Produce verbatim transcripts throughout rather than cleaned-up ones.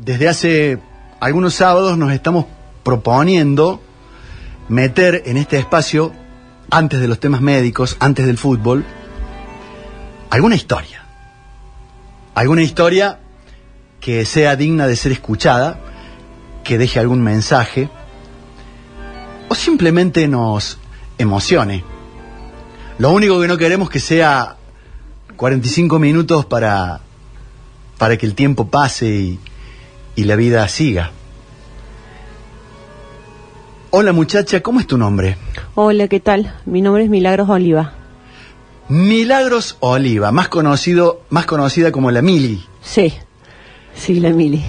desde hace algunos sábados nos estamos proponiendo meter en este espacio, antes de los temas médicos, antes del fútbol, alguna historia. Alguna historia que sea digna de ser escuchada, que deje algún mensaje, o simplemente nos emocione. Lo único que no queremos que sea cuarenta y cinco minutos para, para que el tiempo pase y, y la vida siga. Hola muchacha, ¿cómo es tu nombre? Hola, ¿qué tal? Mi nombre es Milagros Oliva. Milagros Oliva, más conocido, más conocida como la Mili. Sí, sí, la Mili.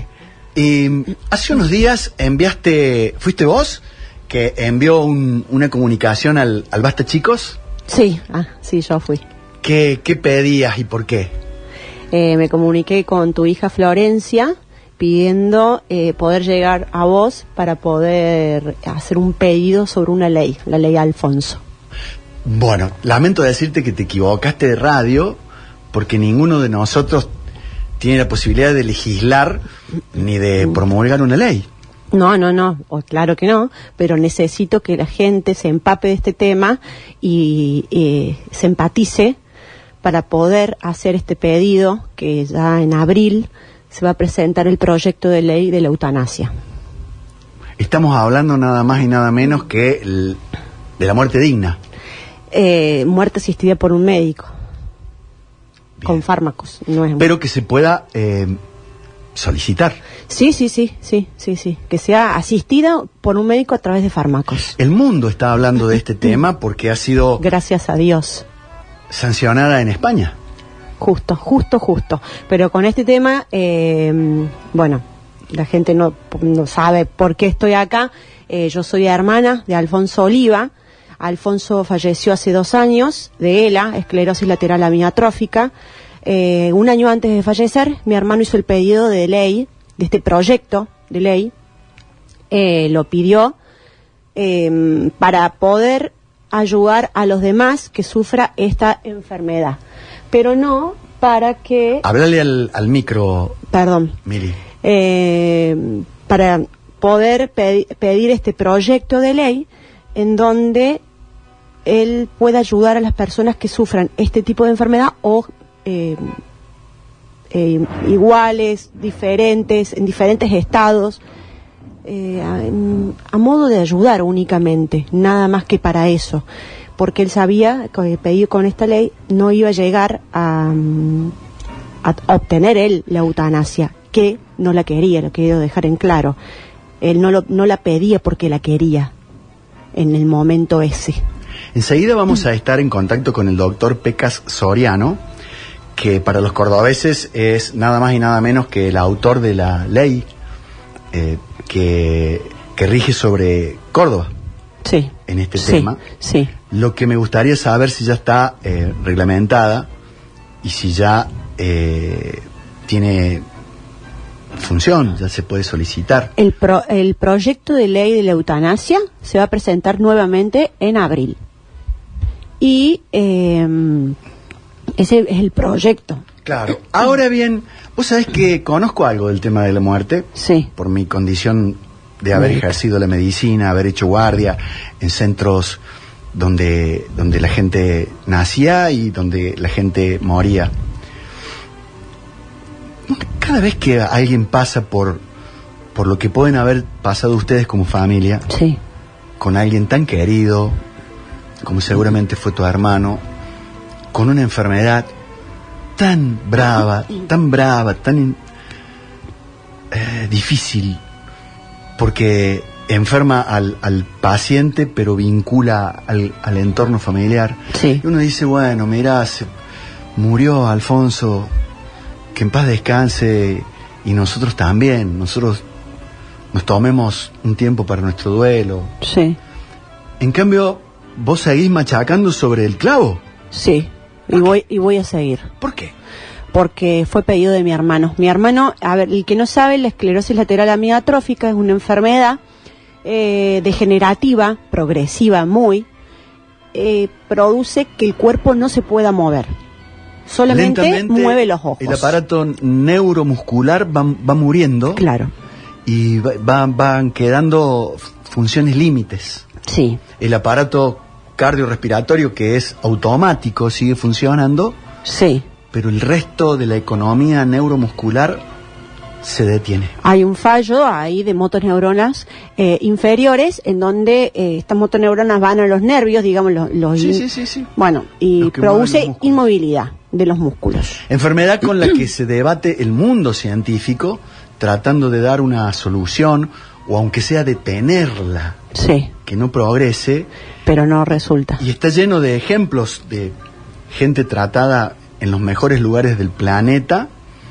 Y hace unos días enviaste, ¿fuiste vos que envió un, una comunicación al, al Basta Chicos? Sí, ah, sí, yo fui. ¿Qué, qué pedías y por qué? Eh, me comuniqué con tu hija Florencia pidiendo eh, poder llegar a vos para poder hacer un pedido sobre una ley, la ley Alfonso. Bueno, lamento decirte que te equivocaste de radio, porque ninguno de nosotros tiene la posibilidad de legislar ni de promulgar una ley. No, no, no, o, claro que no, pero necesito que la gente se empape de este tema y eh, se empatice para poder hacer este pedido, que ya en abril se va a presentar el proyecto de ley de la eutanasia. Estamos hablando nada más y nada menos que el, de la muerte digna. Eh, muerte asistida por un médico. Bien. Con fármacos. No es Pero que se pueda eh, solicitar. Sí, sí, sí, sí, sí, sí. Que sea asistida por un médico a través de fármacos. El mundo está hablando de este tema porque ha sido... Gracias a Dios. Sancionada en España. Justo, justo, justo. Pero con este tema, eh, bueno, la gente no, no sabe por qué estoy acá. Eh, yo soy hermana de Alfonso Oliva. Alfonso falleció hace dos años de ELA, esclerosis lateral amiotrófica. Eh, un año antes de fallecer, mi hermano hizo el pedido de ley, de este proyecto de ley. Eh, lo pidió eh, para poder ayudar a los demás que sufra esta enfermedad. Pero no para que... Háblale al, al micro. Perdón. Mili. Eh, para poder pedi- pedir este proyecto de ley en donde él pueda ayudar a las personas que sufran este tipo de enfermedad o eh, eh, iguales, diferentes, en diferentes estados, eh, a, a modo de ayudar únicamente, nada más que para eso. Porque él sabía que el pedido con esta ley no iba a llegar a, a obtener él la eutanasia, que no la quería, lo quiero dejar en claro. Él no, lo, no la pedía porque la quería en el momento ese. Enseguida vamos a estar en contacto con el doctor Pecas Soriano, que para los cordobeses es nada más y nada menos que el autor de la ley eh, que, que rige sobre Córdoba. Sí. En este sí, tema. Sí. Lo que me gustaría saber si ya está eh, reglamentada y si ya eh, tiene función, ya se puede solicitar. El, pro, el proyecto de ley de la eutanasia se va a presentar nuevamente en abril. Y eh, ese es el proyecto. Claro. Ahora bien, vos sabés que conozco algo del tema de la muerte. Sí. Por mi condición de haber Médica. ejercido la medicina, haber hecho guardia en centros donde, donde la gente nacía y donde la gente moría. Cada vez que alguien pasa por, por lo que pueden haber pasado ustedes como familia, sí, con alguien tan querido, como seguramente fue tu hermano, con una enfermedad tan brava, tan brava, tan eh, difícil, porque enferma al, al paciente, pero vincula al, al entorno familiar. Sí. Y uno dice, bueno, mirá, se murió Alfonso, que en paz descanse, y nosotros también, nosotros nos tomemos un tiempo para nuestro duelo. Sí. En cambio, vos seguís machacando sobre el clavo. Sí, y voy, y voy a seguir. ¿Por qué? Porque fue pedido de mi hermano. Mi hermano, a ver, el que no sabe, la esclerosis lateral amiotrófica es una enfermedad eh, degenerativa, progresiva muy, eh, produce que el cuerpo no se pueda mover. Solamente Lentamente, mueve los ojos. El aparato neuromuscular va, va muriendo. Claro. Y va, va- van quedando funciones límites. Sí. El aparato cardiorrespiratorio, que es automático, sigue funcionando, Sí. pero el resto de la economía neuromuscular se detiene. Hay un fallo ahí de motoneuronas eh, inferiores en donde eh, estas motoneuronas van a los nervios, digamos, los... los Sí, in- sí, sí, sí. Bueno, y Los que mueven los produce músculos. inmovilidad de los músculos. Enfermedad con la que se debate el mundo científico, tratando de dar una solución, o aunque sea detenerla, Sí, que no progrese, pero no resulta. y está lleno de ejemplos de gente tratada en los mejores lugares del planeta.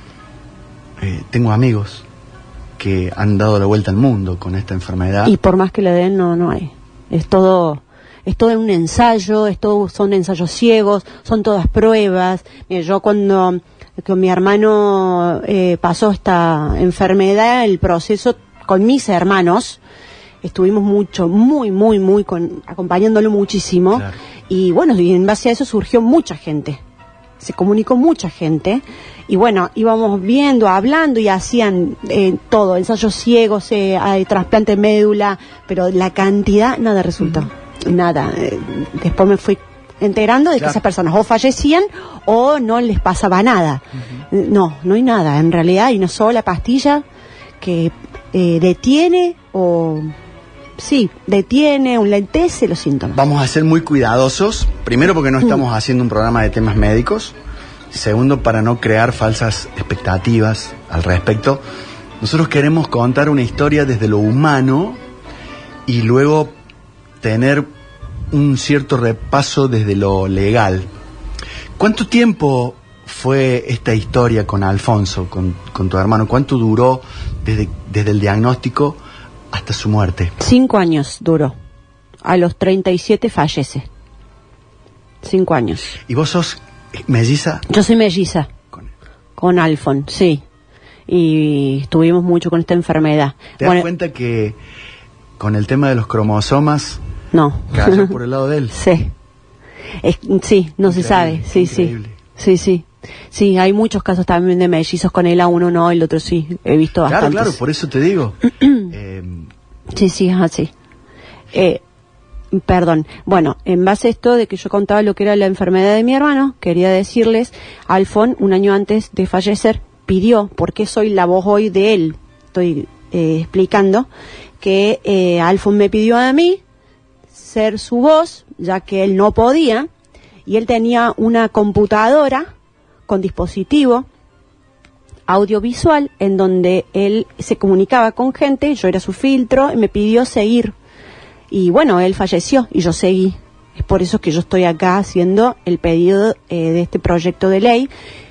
Eh, tengo amigos que han dado la vuelta al mundo con esta enfermedad. Y por más que le den, no, no hay. Es todo, es todo un ensayo, es todo, son ensayos ciegos, son todas pruebas. Mira, yo cuando con mi hermano eh, pasó esta enfermedad, el proceso con mis hermanos, estuvimos mucho, muy, muy, muy con, acompañándolo muchísimo. Claro. Y bueno, y en base a eso surgió mucha gente. Se comunicó mucha gente y bueno, íbamos viendo, hablando y hacían eh, todo, ensayos ciegos, eh, hay trasplante de médula, pero la cantidad, nada resultó, uh-huh. nada. Eh, después me fui enterando de Claro. que esas personas o fallecían o no les pasaba nada. Uh-huh. Eh, no, no hay nada, en realidad hay una sola pastilla que eh, detiene o... Sí, detiene, un lentece los síntomas. Vamos a ser muy cuidadosos, primero porque no estamos mm. haciendo un programa de temas médicos, segundo para no crear falsas expectativas al respecto. Nosotros queremos contar una historia desde lo humano y luego tener un cierto repaso desde lo legal. ¿Cuánto tiempo fue esta historia con Alfonso, con, con tu hermano? ¿Cuánto duró desde, desde el diagnóstico hasta su muerte? Cinco años duró. A los treinta y siete fallece. Cinco años. ¿Y vos sos melliza? Yo soy melliza. Con, con Alfon, sí. Y estuvimos mucho con esta enfermedad. ¿Te das bueno, cuenta que con el tema de los cromosomas no cayó por el lado de él? Sí. Es, sí, no increíble, se sabe. Sí, increíble. sí. Sí, sí. Sí, hay muchos casos también de mellizos con el A uno no, el otro sí, he visto bastantes. Claro, claro, por eso te digo. eh, sí, sí, es así. Eh, perdón, bueno, en base a esto de que yo contaba lo que era la enfermedad de mi hermano, quería decirles, Alfon, un año antes de fallecer, pidió, porque soy la voz hoy de él, estoy eh, explicando, que eh, Alfon me pidió a mí ser su voz, ya que él no podía, y él tenía una computadora con dispositivo audiovisual en donde él se comunicaba con gente, yo era su filtro y me pidió seguir y bueno, él falleció y yo seguí. Es por eso que yo estoy acá haciendo el pedido eh, de este proyecto de ley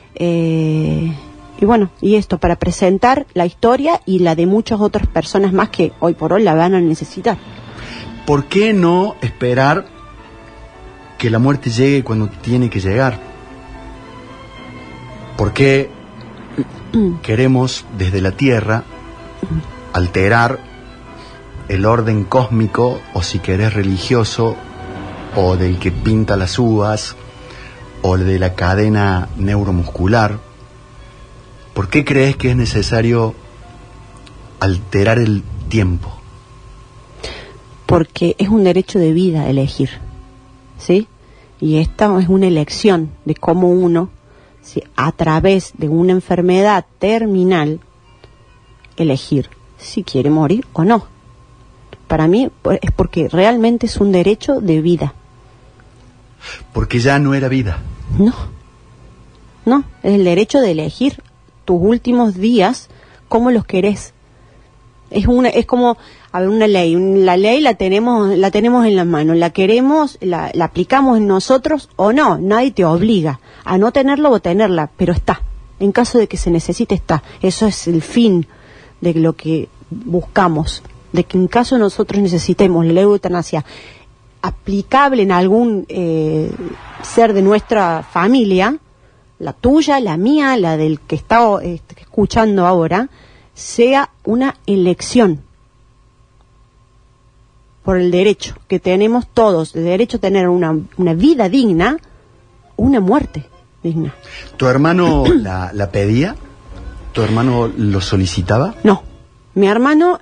eh, y bueno, y esto para presentar la historia y la de muchas otras personas más que hoy por hoy la van a necesitar. ¿Por qué no esperar que la muerte llegue cuando tiene que llegar? ¿Por qué queremos desde la Tierra alterar el orden cósmico, o si querés religioso, o del que pinta las uvas, o de la cadena neuromuscular? ¿Por qué crees que es necesario alterar el tiempo? Porque es un derecho de vida elegir, ¿sí? Y esta es una elección de cómo uno, ¿sí?, a través de una enfermedad terminal, elegir si quiere morir o no. Para mí es porque realmente es un derecho de vida. Porque ya no era vida. No, no, es el derecho de elegir tus últimos días cómo los querés. Es una, es como, a ver, una ley, la ley la tenemos, la tenemos en las manos, la queremos, la, la aplicamos en nosotros o no, nadie te obliga a no tenerlo o tenerla, pero está, en caso de que se necesite está, eso es el fin de lo que buscamos, de que en caso nosotros necesitemos la eutanasia aplicable en algún eh, ser de nuestra familia, la tuya, la mía, la del que está eh, escuchando ahora, sea una elección por el derecho que tenemos todos, el derecho a tener una, una vida digna, una muerte. digna. ¿Tu hermano la, la pedía? ¿Tu hermano lo solicitaba? No, mi hermano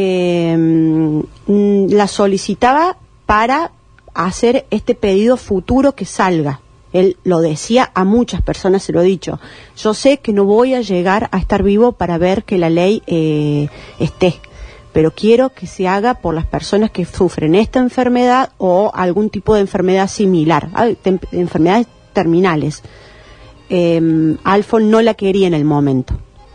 eh, la solicitaba para hacer este pedido futuro que salga. Él lo decía a muchas personas, se lo he dicho. Yo sé que no voy a llegar a estar vivo para ver que la ley eh, esté, pero quiero que se haga por las personas que sufren esta enfermedad o algún tipo de enfermedad similar, enfermedades terminales. Eh, Alfon no la quería en el momento.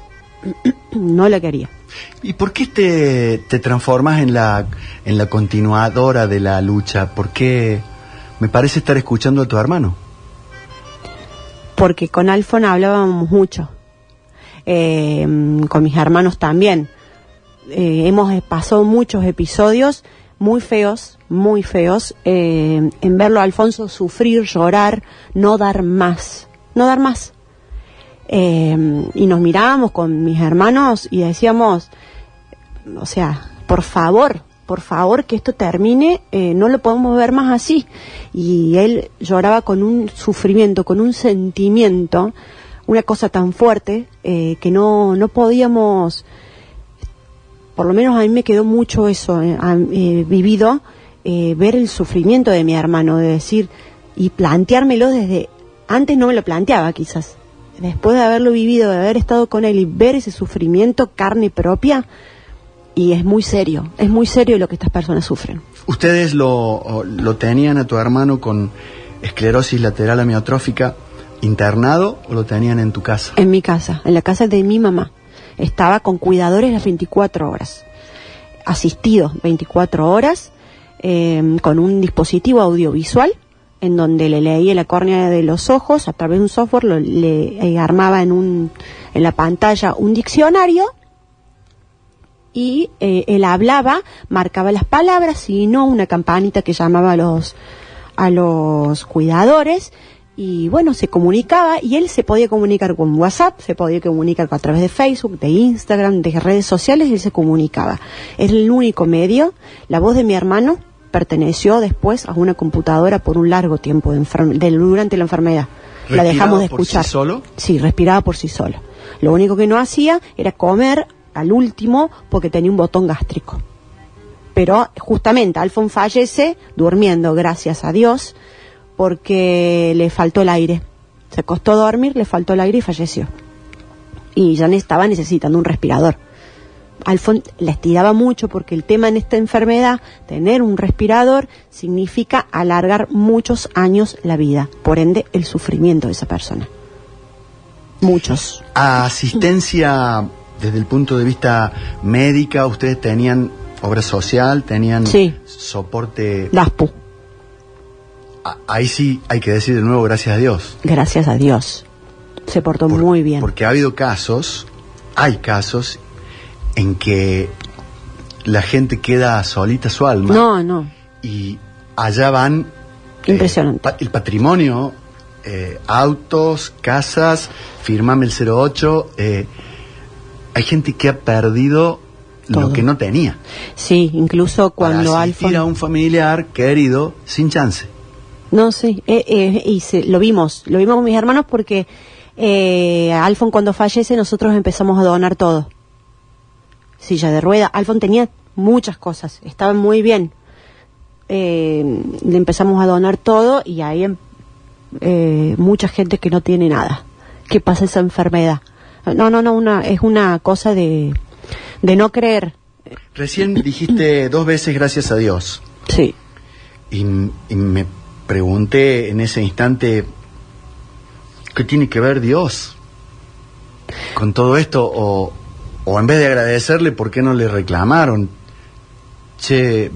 No la quería. ¿Y por qué te, te transformas en la, en la continuadora de la lucha? ¿Por qué me parece estar escuchando a tu hermano? Porque con Alfon hablábamos mucho. Eh, con mis hermanos también. Eh, hemos pasado muchos episodios muy feos, muy feos, eh, en verlo a Alfonso sufrir, llorar, no dar más, no dar más. Eh, y nos mirábamos con mis hermanos y decíamos, o sea, por favor, por favor que esto termine, eh, no lo podemos ver más así. Y él lloraba con un sufrimiento, con un sentimiento, una cosa tan fuerte eh, que no, no podíamos, por lo menos a mí me quedó mucho eso, eh, eh, vivido, eh, ver el sufrimiento de mi hermano, de decir, y planteármelo desde, antes no me lo planteaba quizás. Después de haberlo vivido, de haber estado con él y ver ese sufrimiento, carne propia, y es muy serio, es muy serio lo que estas personas sufren. ¿Ustedes lo, lo tenían a tu hermano con esclerosis lateral amiotrófica internado o lo tenían en tu casa? En mi casa, en la casa de mi mamá. Estaba con cuidadores las veinticuatro horas, asistido veinticuatro horas, eh, con un dispositivo audiovisual, en donde le leía la córnea de los ojos a través de un software, lo, le eh, armaba en un en la pantalla un diccionario y eh, él hablaba, marcaba las palabras y no una campanita que llamaba a los a los cuidadores y bueno, se comunicaba y él se podía comunicar con WhatsApp, se podía comunicar a través de Facebook, de Instagram, de redes sociales, él se comunicaba. Es el único medio. La voz de mi hermano perteneció después a una computadora por un largo tiempo de enfer- de, durante la enfermedad. La dejamos de escuchar. ¿Respiraba por sí solo? Sí, respiraba por sí solo. Lo único que no hacía era comer al último porque tenía un botón gástrico. Pero justamente Alfon fallece durmiendo, gracias a Dios, porque le faltó el aire. Se acostó a dormir, le faltó el aire y falleció. Y ya estaba necesitando un respirador. Alfon la estiraba mucho porque el tema en esta enfermedad, tener un respirador, significa alargar muchos años la vida. Por ende, el sufrimiento de esa persona. Muchos. Asistencia desde el punto de vista médica, ustedes tenían obra social, tenían sí. soporte. DASPU. A- ahí sí hay que decir de nuevo gracias a Dios. Gracias a Dios. Se portó Por, muy bien. Porque ha habido casos, hay casos en que la gente queda solita su alma. No, no. Y allá van. Impresionante. Eh, pa- el patrimonio, eh, autos, casas, firmame el cero ocho. Eh, hay gente que ha perdido todo lo que no tenía. Sí, incluso cuando para asistir Alfon... a un familiar querido sin chance. No, sí, eh, eh, y se, lo vimos, lo vimos con mis hermanos porque eh, Alfon cuando fallece nosotros empezamos a donar todo. Silla de rueda, Alfon tenía muchas cosas, estaba muy bien. Eh, le empezamos a donar todo y hay eh, mucha gente que no tiene nada, que pasa esa enfermedad. No, no, no, una, es una cosa de, de no creer. Recién dijiste dos veces gracias a Dios. Sí. Y, y me pregunté en ese instante, ¿qué tiene que ver Dios con todo esto? O, o en vez de agradecerle, ¿por qué no le reclamaron? Che,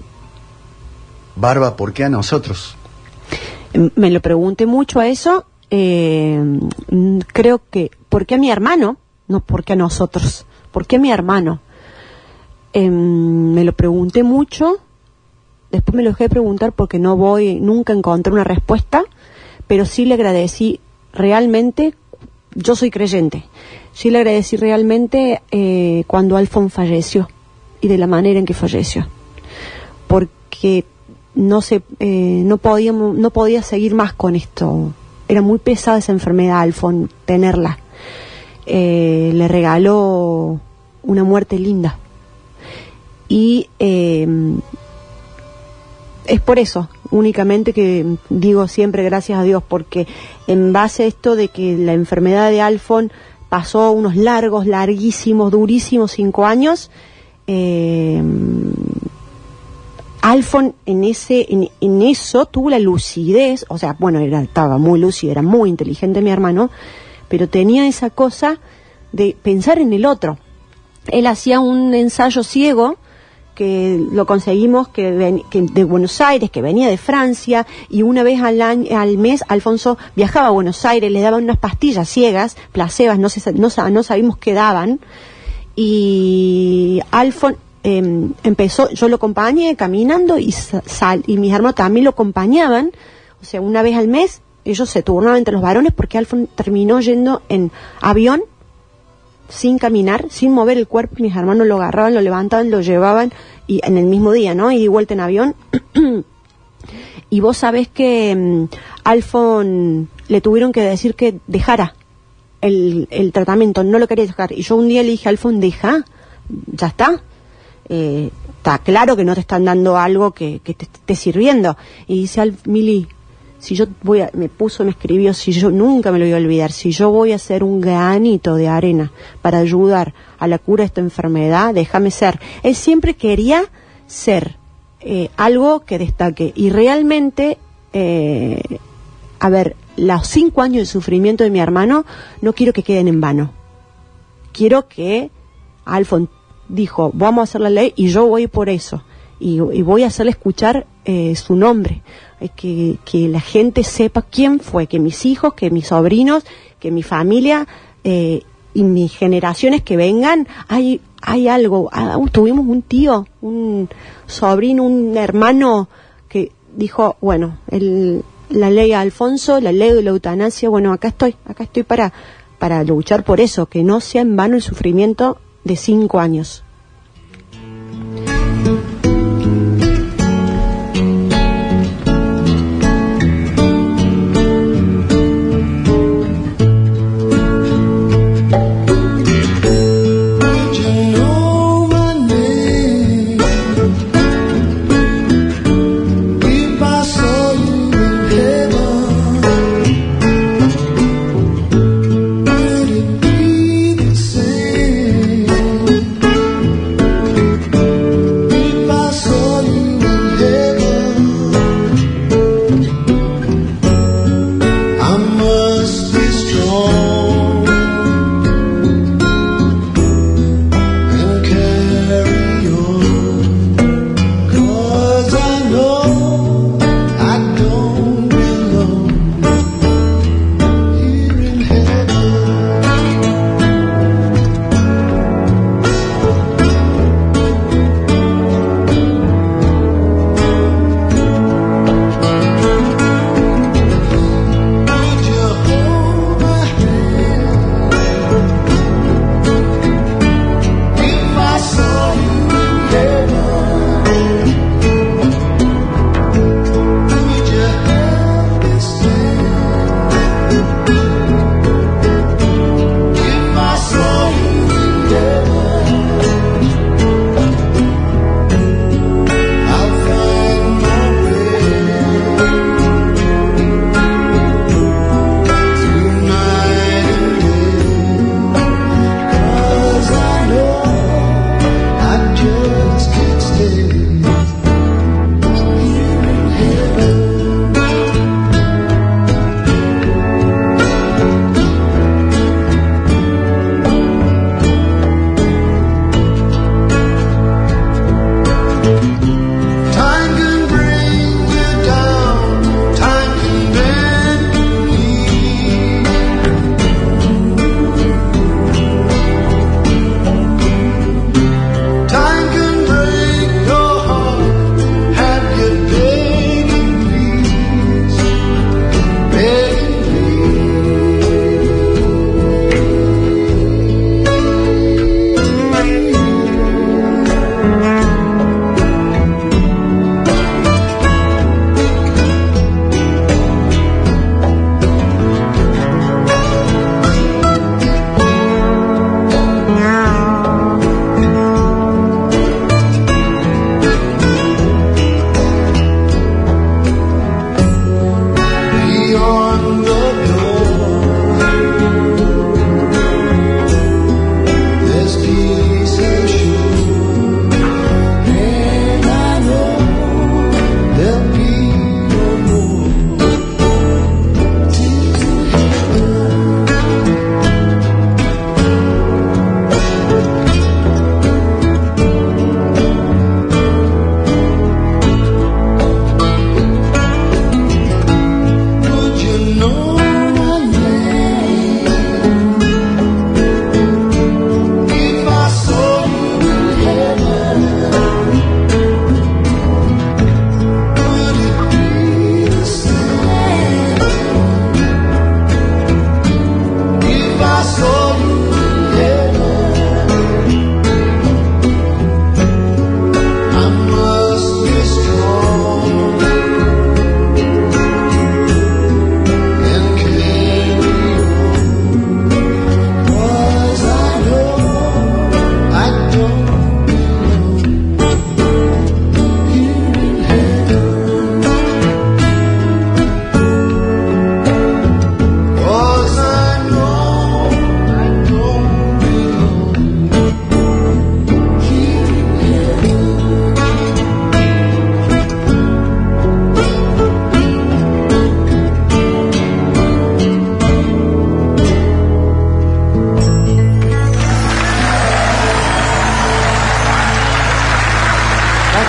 Barba, ¿por qué a nosotros? Me lo pregunté mucho a eso. Eh, creo que, ¿por qué a mi hermano? No, ¿por qué a nosotros? ¿Por qué a mi hermano? Eh, me lo pregunté mucho. Después me lo dejé de preguntar porque no voy, nunca encontré una respuesta, pero sí le agradecí realmente, yo soy creyente, sí le agradecí realmente eh, cuando Alfon falleció y de la manera en que falleció, porque no se, eh, no podíamos, no podía seguir más con esto, era muy pesada esa enfermedad, Alfon, tenerla. Eh, le regaló una muerte linda. Y eh, es por eso, únicamente, que digo siempre gracias a Dios, porque en base a esto de que la enfermedad de Alfon pasó unos largos, larguísimos, durísimos cinco años, eh, Alfon en ese en, en eso tuvo la lucidez, o sea, bueno, era, estaba muy lúcido, era muy inteligente mi hermano, pero tenía esa cosa de pensar en el otro. Él hacía un ensayo ciego que lo conseguimos que, ven, que de Buenos Aires, que venía de Francia, y una vez al año, al mes Alfonso viajaba a Buenos Aires, le daban unas pastillas ciegas, placebas, no, se, no, no sabíamos qué daban, y Alfon eh, empezó, yo lo acompañé caminando y, sal, y mis hermanos también lo acompañaban, o sea, una vez al mes ellos se turnaban entre los varones, porque Alfon terminó yendo en avión, sin caminar, sin mover el cuerpo. Mis hermanos lo agarraban, lo levantaban, lo llevaban, y en el mismo día, ¿no? Y de vuelta en avión. Y vos sabés que um, Alfon le tuvieron que decir que dejara el, el tratamiento, no lo quería dejar. Y yo un día le dije, Alfon, deja, ya está. Eh, está claro que no te están dando algo que, que te esté sirviendo. Y dice, Alf, Mili, si yo voy a, me puso, me escribió, si yo nunca me lo voy a olvidar, si yo voy a hacer un granito de arena para ayudar a la cura de esta enfermedad, déjame ser. Él siempre quería ser eh, algo que destaque, y realmente, eh, a ver, los cinco años de sufrimiento de mi hermano no quiero que queden en vano. Quiero que Alfon dijo, vamos a hacer la ley y yo voy por eso, y, y voy a hacerle escuchar eh, su nombre. Que, que la gente sepa quién fue, que mis hijos, que mis sobrinos, que mi familia eh, y mis generaciones que vengan, hay hay algo. Ah, tuvimos un tío, un sobrino, un hermano que dijo, bueno, el, la ley Alfonso, la ley de la eutanasia, bueno, acá estoy, acá estoy para, para luchar por eso, que no sea en vano el sufrimiento de cinco años.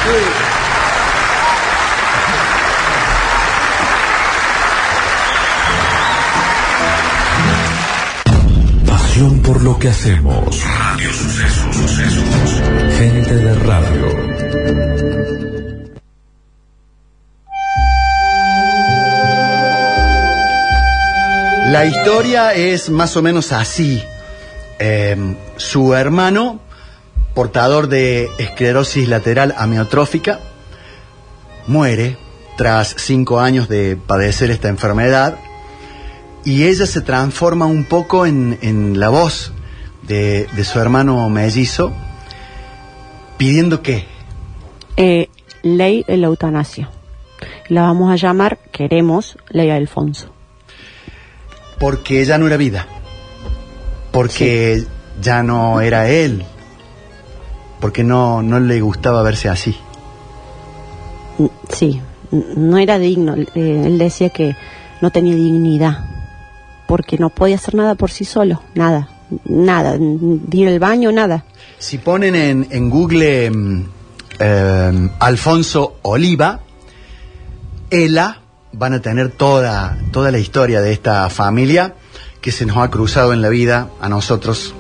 Pasión por lo que hacemos. Radio Sucesos, Sucesos. Gente de radio. La historia es más o menos así. Eh, su hermano, portador de esclerosis lateral amiotrófica, muere tras cinco años de padecer esta enfermedad, y ella se transforma un poco en, en la voz de, de su hermano mellizo, pidiendo ¿qué? Eh, ley de la eutanasia. La vamos a llamar, queremos, Ley Alfonso. Porque ya no era vida, porque sí. Ya no era él, porque no, no le gustaba verse así. Sí, no era digno. Él decía que no tenía dignidad, porque no podía hacer nada por sí solo, nada, nada, ir al baño, nada. Si ponen en, en Google eh, Alfonso Oliva, Ela, van a tener toda, toda la historia de esta familia que se nos ha cruzado en la vida a nosotros.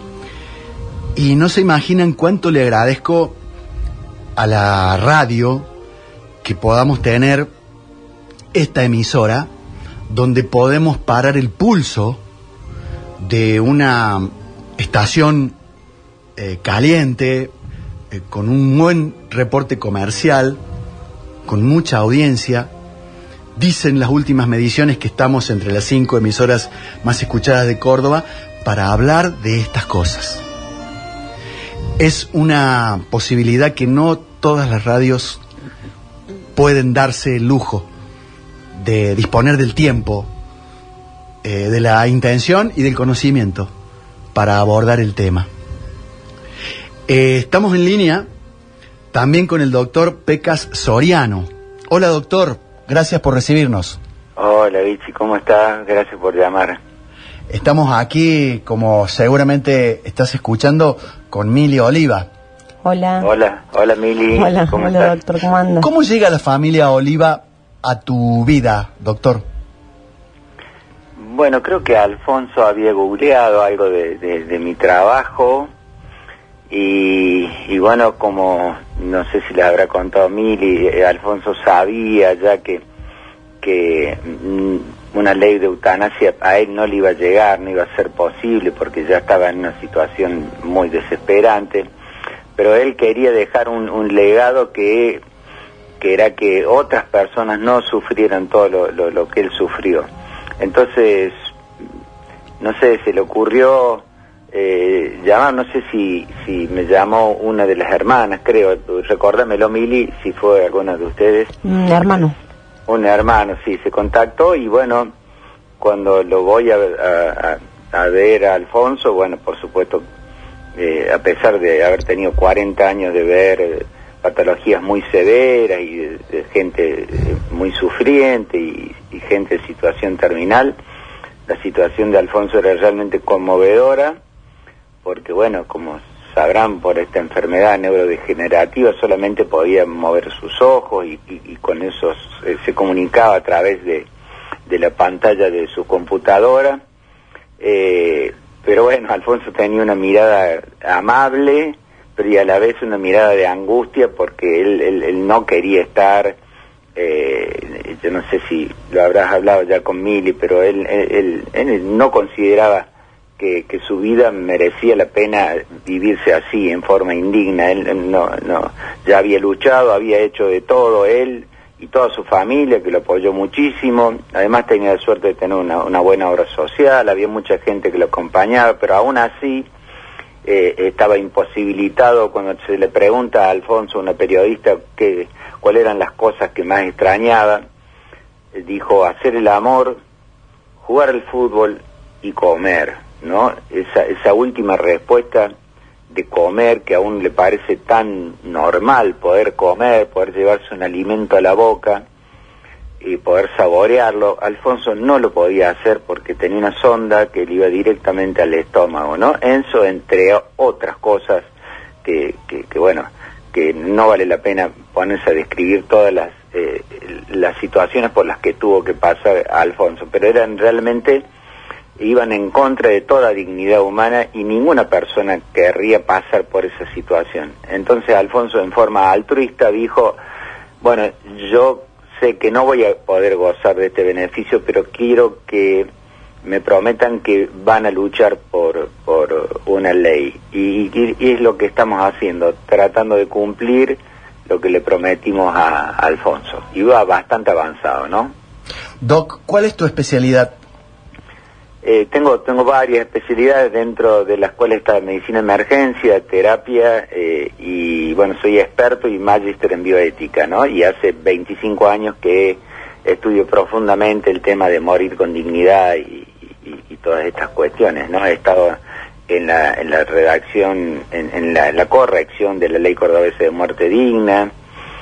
Y no se imaginan cuánto le agradezco a la radio que podamos tener esta emisora donde podemos parar el pulso de una estación eh, caliente, eh, con un buen reporte comercial, con mucha audiencia. Dicen las últimas mediciones que estamos entre las cinco emisoras más escuchadas de Córdoba para hablar de estas cosas. Es una posibilidad que no todas las radios pueden darse el lujo de disponer del tiempo, eh, de la intención y del conocimiento para abordar el tema. Eh, estamos en línea también con el doctor Pecas Soriano. Hola, doctor. Gracias por recibirnos. Hola, Vichy, ¿cómo estás? Gracias por llamar. Estamos aquí, como seguramente estás escuchando, con Mili Oliva. Hola. Hola, hola Mili. Hola, ¿Cómo hola estás? Doctor, ¿cómo andas? ¿Cómo llega la familia Oliva a tu vida, doctor? Bueno, creo que Alfonso había googleado algo de, de, de mi trabajo y, y bueno, como no sé si les habrá contado Mili, eh, Alfonso sabía ya que, que mm, una ley de eutanasia a él no le iba a llegar, no iba a ser posible porque ya estaba en una situación muy desesperante, pero él quería dejar un, un legado que, que era que otras personas no sufrieran todo lo, lo, lo que él sufrió. Entonces, no sé, se le ocurrió eh, llamar, no sé si si me llamó una de las hermanas, creo, recórdamelo Mili, si fue alguna de ustedes. Un hermano. Un hermano, sí, se contactó y bueno, cuando lo voy a, a, a ver a Alfonso, bueno, por supuesto, eh, a pesar de haber tenido cuarenta años de ver eh, patologías muy severas y de, de gente eh, muy sufriente y, y gente en situación terminal, la situación de Alfonso era realmente conmovedora, porque bueno, como sabrán, por esta enfermedad neurodegenerativa solamente podía mover sus ojos y, y, y con eso eh, se comunicaba a través de, de la pantalla de su computadora, eh, pero bueno, Alfonso tenía una mirada amable, pero y a la vez una mirada de angustia, porque él, él, él no quería estar, eh, yo no sé si lo habrás hablado ya con Mili, pero él, él, él, él no consideraba que, que su vida merecía la pena vivirse así, en forma indigna. Él, él no, no, ya había luchado, había hecho de todo, él y toda su familia, que lo apoyó muchísimo. Además tenía la suerte de tener una, una buena obra social, había mucha gente que lo acompañaba, pero aún así eh, estaba imposibilitado. Cuando se le pregunta a Alfonso, una periodista, que, cuáles eran las cosas que más extrañaba, eh, dijo hacer el amor, jugar al fútbol y comer, ¿no? Esa, esa última respuesta de comer, que aún le parece tan normal poder comer, poder llevarse un alimento a la boca y poder saborearlo, Alfonso no lo podía hacer porque tenía una sonda que le iba directamente al estómago, ¿no? Eso, entre otras cosas que, que, que bueno, que no vale la pena ponerse a describir todas las eh, las situaciones por las que tuvo que pasar Alfonso, pero eran realmente, iban en contra de toda dignidad humana y ninguna persona querría pasar por esa situación. Entonces Alfonso, en forma altruista, dijo, bueno, yo sé que no voy a poder gozar de este beneficio, pero quiero que me prometan que van a luchar por, por una ley. Y, y, y es lo que estamos haciendo, tratando de cumplir lo que le prometimos a, a Alfonso. Y va bastante avanzado, ¿no? Doc, ¿cuál es tu especialidad? Eh, tengo tengo varias especialidades, dentro de las cuales está medicina de emergencia, terapia, eh, y bueno, soy experto y magíster en bioética, ¿no? Y hace veinticinco años que estudio profundamente el tema de morir con dignidad y, y, y todas estas cuestiones, ¿no? He estado en la, en la redacción, en, en, la, en la corrección de la ley cordobesa de muerte digna.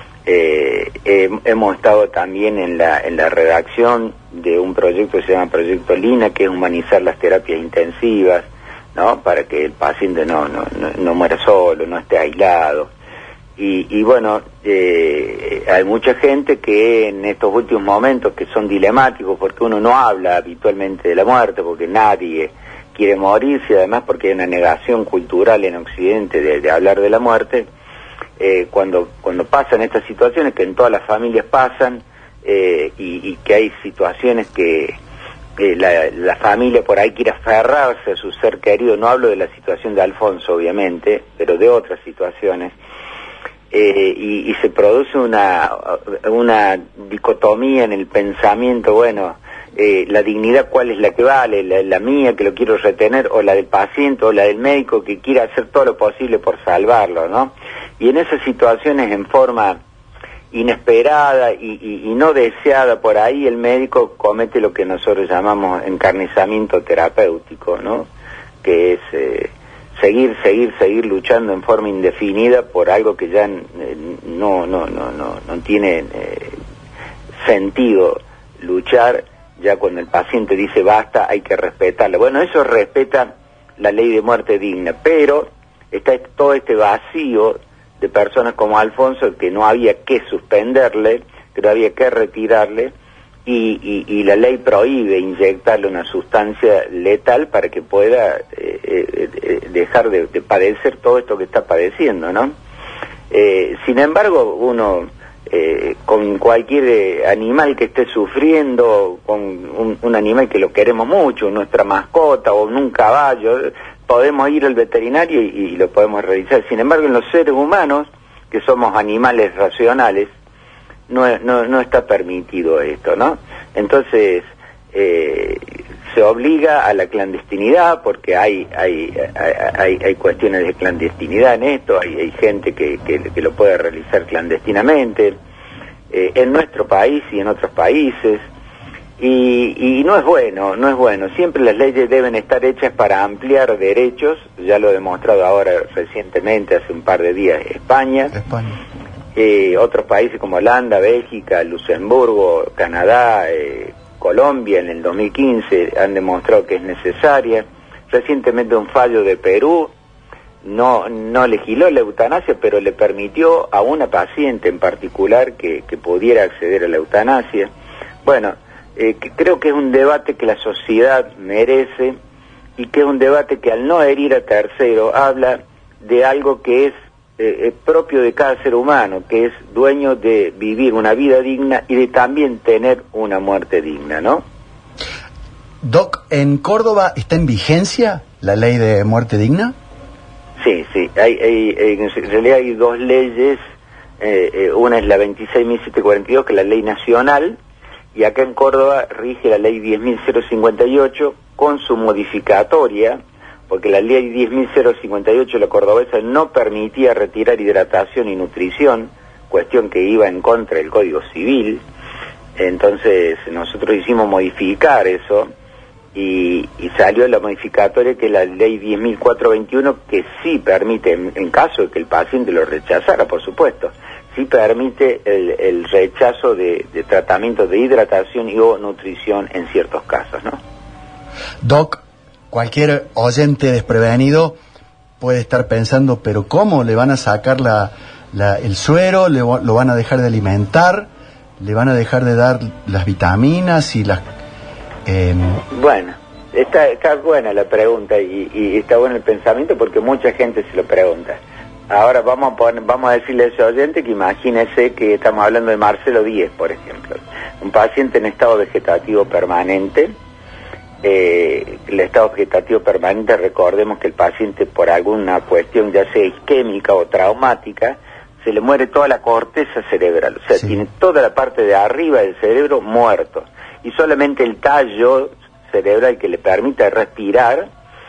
Eh, eh, hemos estado también en la, en la redacción de un proyecto que se llama Proyecto Lina, que es humanizar las terapias intensivas, ¿no? Para que el paciente no, no, no, no muera solo, no esté aislado. Y, y bueno, eh, hay mucha gente que en estos últimos momentos, que son dilemáticos, porque uno no habla habitualmente de la muerte, porque nadie quiere morirse, y además porque hay una negación cultural en Occidente de, de hablar de la muerte. Eh, cuando cuando pasan estas situaciones, que en todas las familias pasan, eh, y, y que hay situaciones que eh, la, la familia por ahí quiere aferrarse a su ser querido, no hablo de la situación de Alfonso obviamente, pero de otras situaciones, eh, y, y se produce una una dicotomía en el pensamiento, bueno, eh, la dignidad cuál es la que vale, la, la mía que lo quiero retener, o la del paciente, o la del médico que quiere hacer todo lo posible por salvarlo, ¿no? Y en esas situaciones, en forma inesperada y, y, y no deseada por ahí, el médico comete lo que nosotros llamamos encarnizamiento terapéutico, ¿no? Que es eh, seguir, seguir, seguir luchando en forma indefinida por algo que ya eh, no, no, no, no, no tiene eh, sentido luchar. Ya cuando el paciente dice basta, hay que respetarlo. Bueno, eso respeta la ley de muerte digna, pero está todo este vacío de personas como Alfonso, que no había que suspenderle, que no había que retirarle, y, y, y la ley prohíbe inyectarle una sustancia letal para que pueda eh, eh, dejar de, de padecer todo esto que está padeciendo, ¿no? Eh, sin embargo, uno, eh, con cualquier eh, animal que esté sufriendo, con un, un animal que lo queremos mucho, nuestra mascota o un caballo, podemos ir al veterinario y, y lo podemos realizar. Sin embargo, en los seres humanos, que somos animales racionales, no, no, no está permitido esto, ¿no? Entonces, eh, se obliga a la clandestinidad, porque hay hay, hay, hay cuestiones de clandestinidad en esto, hay, hay gente que, que, que lo puede realizar clandestinamente, eh, en nuestro país y en otros países. Y, y no es bueno, no es bueno. Siempre las leyes deben estar hechas para ampliar derechos, ya lo ha demostrado ahora recientemente, hace un par de días, España. España. Eh, otros países como Holanda, Bélgica, Luxemburgo, Canadá, eh, Colombia, en el dos mil quince han demostrado que es necesaria. Recientemente un fallo de Perú no no legisló la eutanasia, pero le permitió a una paciente en particular que, que pudiera acceder a la eutanasia. Bueno, Eh, que creo que es un debate que la sociedad merece, y que es un debate que, al no herir a tercero, habla de algo que es eh, eh, propio de cada ser humano, que es dueño de vivir una vida digna y de también tener una muerte digna, ¿no? Doc, ¿en Córdoba está en vigencia la ley de muerte digna? Sí, sí, hay, hay, hay en realidad hay dos leyes, eh, eh, una es la veintiséis mil setecientos cuarenta y dos, que es la ley nacional, y acá en Córdoba rige la ley diez mil cincuenta y ocho con su modificatoria, porque la ley diez mil cincuenta y ocho, la cordobesa, no permitía retirar hidratación y nutrición, cuestión que iba en contra del Código Civil. Entonces nosotros hicimos modificar eso, y, y salió la modificatoria, que es la ley diez mil cuatrocientos veintiuno, que sí permite, en, en caso de que el paciente lo rechazara, por supuesto, sí permite el, el rechazo de, de tratamientos de hidratación y o nutrición en ciertos casos, ¿no? Doc, cualquier oyente desprevenido puede estar pensando, pero ¿cómo le van a sacar la, la, el suero, le, lo van a dejar de alimentar, le van a dejar de dar las vitaminas y las... Eh... Bueno, está, está buena la pregunta y, y está bueno el pensamiento porque mucha gente se lo pregunta. Ahora vamos a poner, vamos a decirle a ese oyente que imagínese que estamos hablando de Marcelo Díez, por ejemplo, un paciente en estado vegetativo permanente. Eh, el estado vegetativo permanente, recordemos que el paciente por alguna cuestión ya sea isquémica o traumática, se le muere toda la corteza cerebral, o sea, sí. tiene toda la parte de arriba del cerebro muerto, y solamente el tallo cerebral que le permite respirar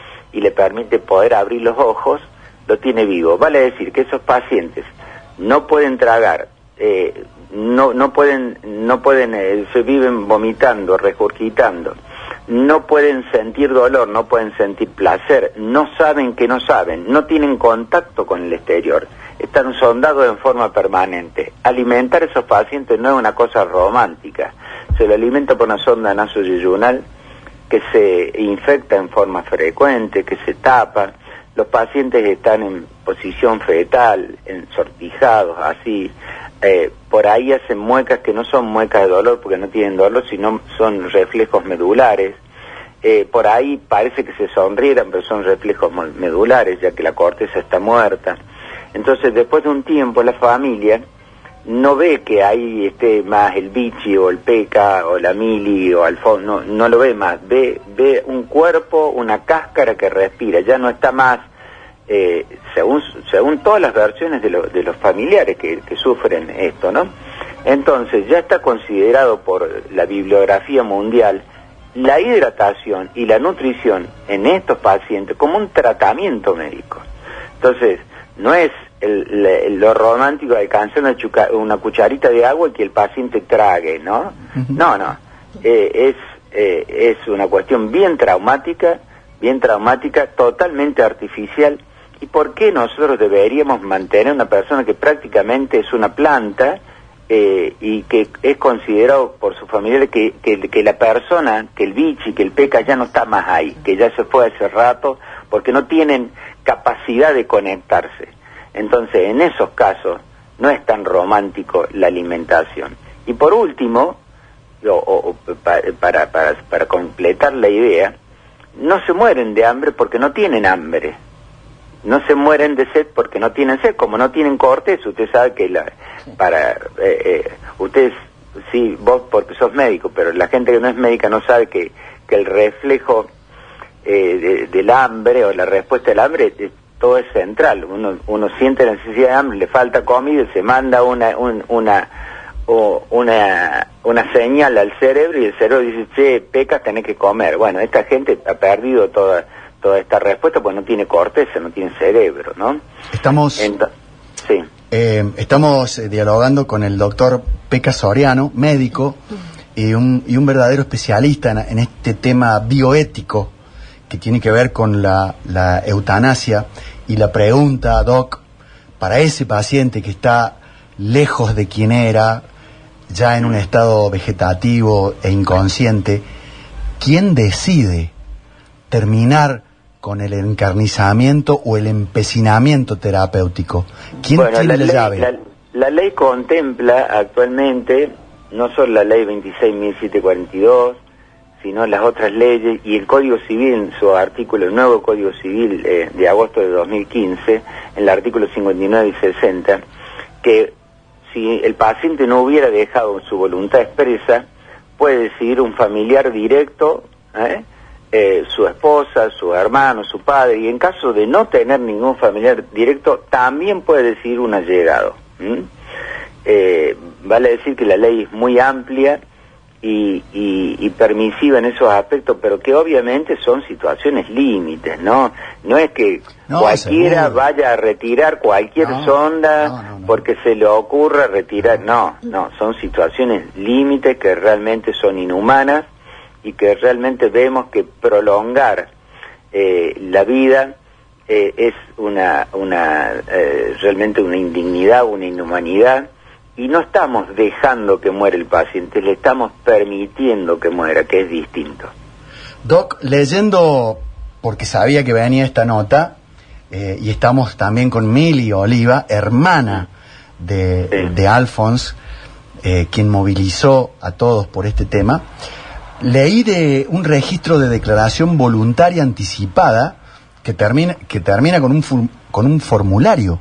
y le permite poder abrir los ojos, lo tiene vivo. Vale decir que esos pacientes no pueden tragar, eh, no, no pueden, no pueden, eh, se viven vomitando, regurgitando, no pueden sentir dolor, no pueden sentir placer, no saben que no saben, no tienen contacto con el exterior, están sondados en forma permanente. Alimentar a esos pacientes no es una cosa romántica, se lo alimenta por una sonda nasoyeyunal que se infecta en forma frecuente, que se tapa, los pacientes están en posición fetal, ensortijados, así, eh, por ahí hacen muecas que no son muecas de dolor porque no tienen dolor, sino son reflejos medulares. Eh, por ahí parece que se sonrieran, pero son reflejos medulares, ya que la corteza está muerta. Entonces, después de un tiempo, la familia no ve que ahí esté más el Vichy o el Peca o la Mili o Alfonso, no, no lo ve más, ve, ve un cuerpo, una cáscara que respira, ya no está más, eh, según, según todas las versiones de, lo, de los familiares que, que sufren esto, ¿no? Entonces, ya está considerado por la bibliografía mundial la hidratación y la nutrición en estos pacientes como un tratamiento médico. Entonces, no es el, el, lo romántico de alcanzar una, chuca, una cucharita de agua y que el paciente trague, ¿no? No, no. Eh, es, eh, es una cuestión bien traumática, bien traumática, totalmente artificial. ¿Y por qué nosotros deberíamos mantener una persona que prácticamente es una planta eh, y que es considerado por sus familiares que, que, que la persona, que el Vichy, que el Peca ya no está más ahí, que ya se fue hace rato, porque no tienen capacidad de conectarse? Entonces, en esos casos, no es tan romántico la alimentación. Y por último, o, o, para, para, para completar la idea, no se mueren de hambre porque no tienen hambre. No se mueren de sed porque no tienen sed, como no tienen corteza. Usted sabe que la, para, eh, eh, ustedes, sí, vos porque sos médico, pero la gente que no es médica no sabe que, que el reflejo eh, de, del hambre o la respuesta del hambre, eh, todo es central. Uno, uno siente la necesidad de hambre, le falta comida, se manda una, un, una, o una, una señal al cerebro y el cerebro dice, che, Pecas, tenés que comer. Bueno, esta gente ha perdido toda toda esta respuesta porque no tiene corteza, no tiene cerebro, ¿no? Estamos, Ento- sí. eh, estamos eh, dialogando con el doctor Peca Soriano, médico, y un, y un verdadero especialista en, en este tema bioético que tiene que ver con la, la eutanasia. Y la pregunta, Doc, para ese paciente que está lejos de quien era, ya en un estado vegetativo e inconsciente, ¿quién decide terminar con el encarnizamiento o el empecinamiento terapéutico? ¿Quién bueno, tiene la, la ley, llave? La, la ley contempla actualmente no solo la ley veintiséis mil setecientos cuarenta y dos, sino las otras leyes y el Código Civil en su artículo, el nuevo Código Civil eh, de agosto de dos mil quince, en el artículo cincuenta y nueve y sesenta, que si el paciente no hubiera dejado su voluntad expresa, puede decidir un familiar directo, ¿eh? Eh, su esposa, su hermano, su padre, y en caso de no tener ningún familiar directo, también puede decidir un allegado. ¿Mm? Eh, vale decir que la ley es muy amplia y, y, y permisiva en esos aspectos, pero que obviamente son situaciones límites, ¿no? No es que no, cualquiera seguro. vaya a retirar cualquier no, sonda no, no, no. porque se le ocurra retirar, no, no, son situaciones límites que realmente son inhumanas y que realmente vemos que prolongar eh, la vida eh, es una, una eh, realmente una indignidad, una inhumanidad, y no estamos dejando que muera el paciente, le estamos permitiendo que muera, que es distinto. Doc, leyendo, porque sabía que venía esta nota, eh, y estamos también con Mili Oliva, hermana de, Sí. de Alphonse, eh, quien movilizó a todos por este tema. Leí de un registro de declaración voluntaria anticipada que termina, que termina con un, fu- con un formulario.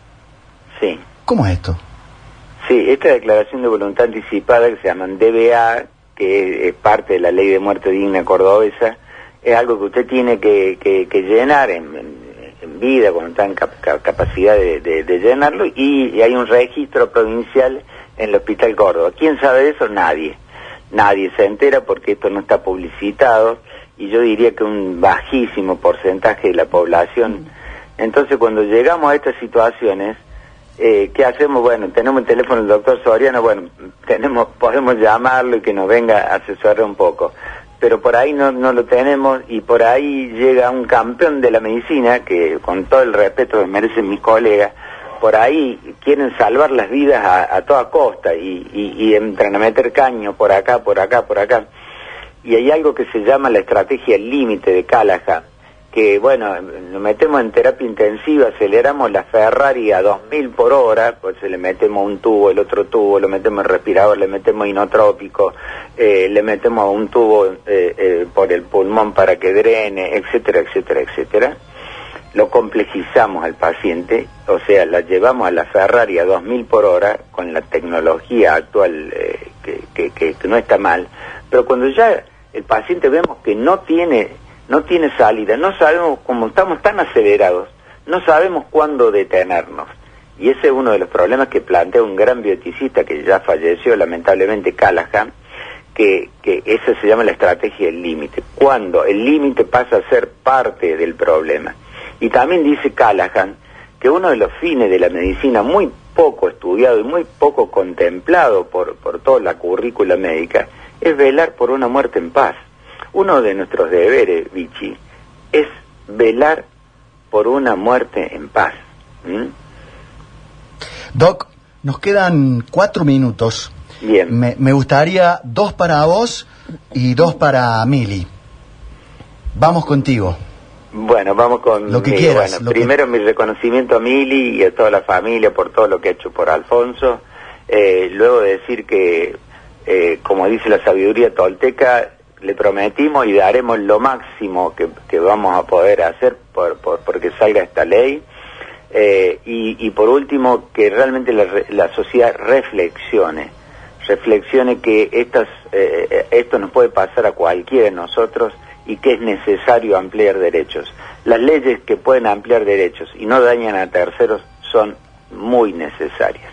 Sí. ¿Cómo es esto? Sí, esta declaración de voluntad anticipada que se llaman D B A, que es parte de la Ley de Muerte Digna cordobesa, es algo que usted tiene que, que, que llenar en, en, en vida, cuando está en cap- cap- capacidad de, de, de llenarlo, y, y hay un registro provincial en el Hospital Córdoba. ¿Quién sabe de eso? Nadie. Nadie se entera porque esto no está publicitado, y yo diría que un bajísimo porcentaje de la población. Entonces, cuando llegamos a estas situaciones, Eh, ¿qué hacemos? Bueno, tenemos el teléfono del doctor Soriano, bueno, tenemos, podemos llamarlo y que nos venga a asesorar un poco, pero por ahí no, no lo tenemos, y por ahí llega un campeón de la medicina, que con todo el respeto que merecen mis colegas, por ahí quieren salvar las vidas a, a toda costa, y, y, y entran a meter caño por acá, por acá, por acá, y hay algo que se llama la estrategia límite de Callahan, que bueno, nos metemos en terapia intensiva, aceleramos la Ferrari a dos mil por hora, pues le metemos un tubo, el otro tubo, lo metemos en respirador, le metemos inotrópico, eh, le metemos un tubo eh, eh, por el pulmón para que drene, etcétera, etcétera, etcétera. Lo complejizamos al paciente, o sea, la llevamos a la Ferrari a dos mil por hora con la tecnología actual, eh, que, que, que, que no está mal, pero cuando ya el paciente vemos que no tiene... no tiene salida, no sabemos, como estamos tan acelerados, no sabemos cuándo detenernos. Y ese es uno de los problemas que plantea un gran bioeticista que ya falleció, lamentablemente, Callahan, que, que esa se llama la estrategia del límite, cuando el límite pasa a ser parte del problema. Y también dice Callahan que uno de los fines de la medicina, muy poco estudiado y muy poco contemplado por, por toda la currícula médica, es velar por una muerte en paz. Uno de nuestros deberes, Vichy, es velar por una muerte en paz. ¿Mm? Doc, nos quedan cuatro minutos. Bien. Me, me gustaría dos para vos y dos para Mili. Vamos contigo. Bueno, vamos con... Lo que mi, quieras, bueno, lo primero que... mi reconocimiento a Mili y a toda la familia por todo lo que ha hecho por Alfonso. Eh, luego de decir que, eh, como dice la sabiduría tolteca, le prometimos y daremos lo máximo que, que vamos a poder hacer por, por porque salga esta ley. Eh, y, y por último, que realmente la, la sociedad reflexione, reflexione que estas, eh, esto nos puede pasar a cualquiera de nosotros y que es necesario ampliar derechos. Las leyes que pueden ampliar derechos y no dañan a terceros son muy necesarias.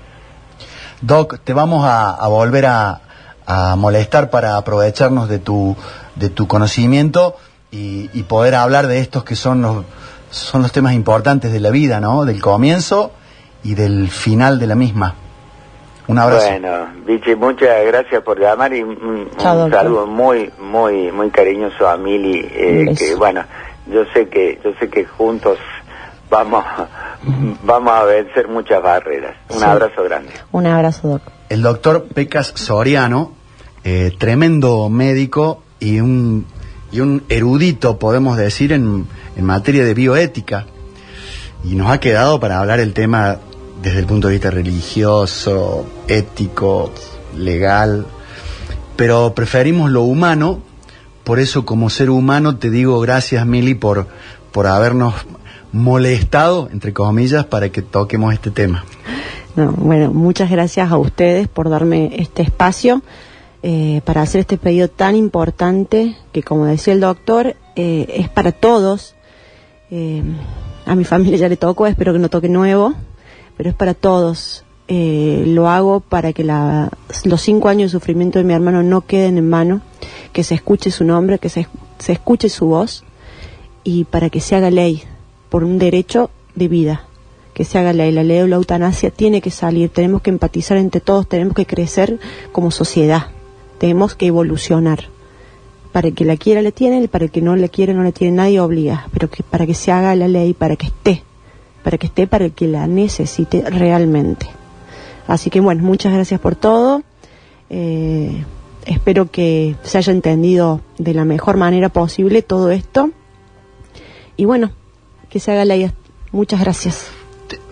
Doc, te vamos a, a volver a, a molestar para aprovecharnos de tu, de tu conocimiento y, y poder hablar de estos que son los, son los temas importantes de la vida, ¿no? Del comienzo y del final de la misma. Un abrazo. Bueno, Vichy, muchas gracias por llamar y un, Chao, un saludo muy, muy, muy cariñoso a Mili, eh, que bueno, yo sé que, yo sé que juntos vamos, vamos a vencer muchas barreras. Un Sí. abrazo grande. Un abrazo, Doc. El doctor Pecas Soriano, eh, tremendo médico y un, y un erudito, podemos decir, en, en materia de bioética. Y nos ha quedado para hablar el tema desde el punto de vista religioso, ético, legal, pero preferimos lo humano. Por eso, como ser humano, te digo gracias, Mili, por, por habernos molestado, entre comillas, para que toquemos este tema. No, bueno, muchas gracias a ustedes por darme este espacio eh, para hacer este pedido tan importante que, como decía el doctor, eh, es para todos. Eh, a mi familia ya le tocó, espero que no toque nuevo, pero es para todos. Eh, lo hago para que la, los cinco años de sufrimiento de mi hermano no queden en vano, que se escuche su nombre, que se, se escuche su voz y para que se haga ley por un derecho de vida. Que se haga ley, la ley de la eutanasia tiene que salir, tenemos que empatizar entre todos, tenemos que crecer como sociedad, tenemos que evolucionar. Para el que la quiera la tiene, y para el que no la quiere no la tiene, nadie obliga, pero que para que se haga la ley, para que esté, para que esté para el que la necesite realmente. Así que bueno, muchas gracias por todo, eh, espero que se haya entendido de la mejor manera posible todo esto, y bueno, que se haga ley. Muchas gracias.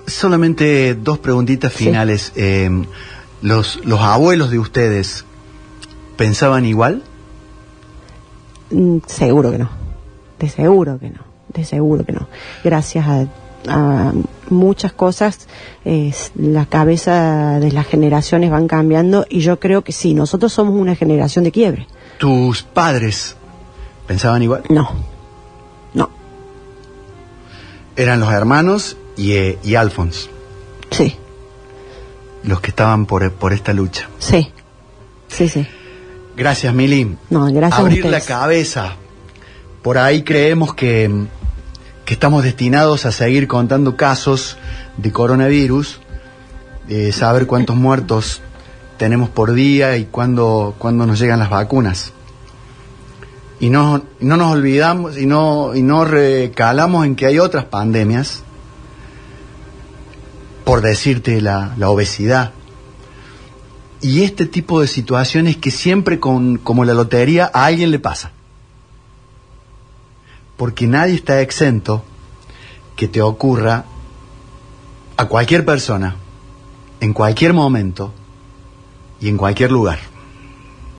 Solamente dos preguntitas finales. Sí. Eh, los, ¿Los abuelos de ustedes pensaban igual? Mm, seguro que no. De seguro que no. De seguro que no. Gracias a, a muchas cosas, eh, la cabeza de las generaciones van cambiando y yo creo que sí, nosotros somos una generación de quiebre. ¿Tus padres pensaban igual? No. No. Eran los hermanos y, eh, y Alfons. Sí. Los que estaban por, por esta lucha. Sí. Sí, sí. Gracias, Mili. No, gracias Abrir a la ustedes. cabeza. Por ahí creemos que, que estamos destinados a seguir contando casos de coronavirus, eh, saber cuántos muertos tenemos por día y cuándo, cuándo nos llegan las vacunas. Y no, no nos olvidamos y no, y no recalamos en que hay otras pandemias, por decirte la, la obesidad. Y este tipo de situaciones que siempre, con, como la lotería, a alguien le pasa. Porque nadie está exento que te ocurra a cualquier persona, en cualquier momento y en cualquier lugar.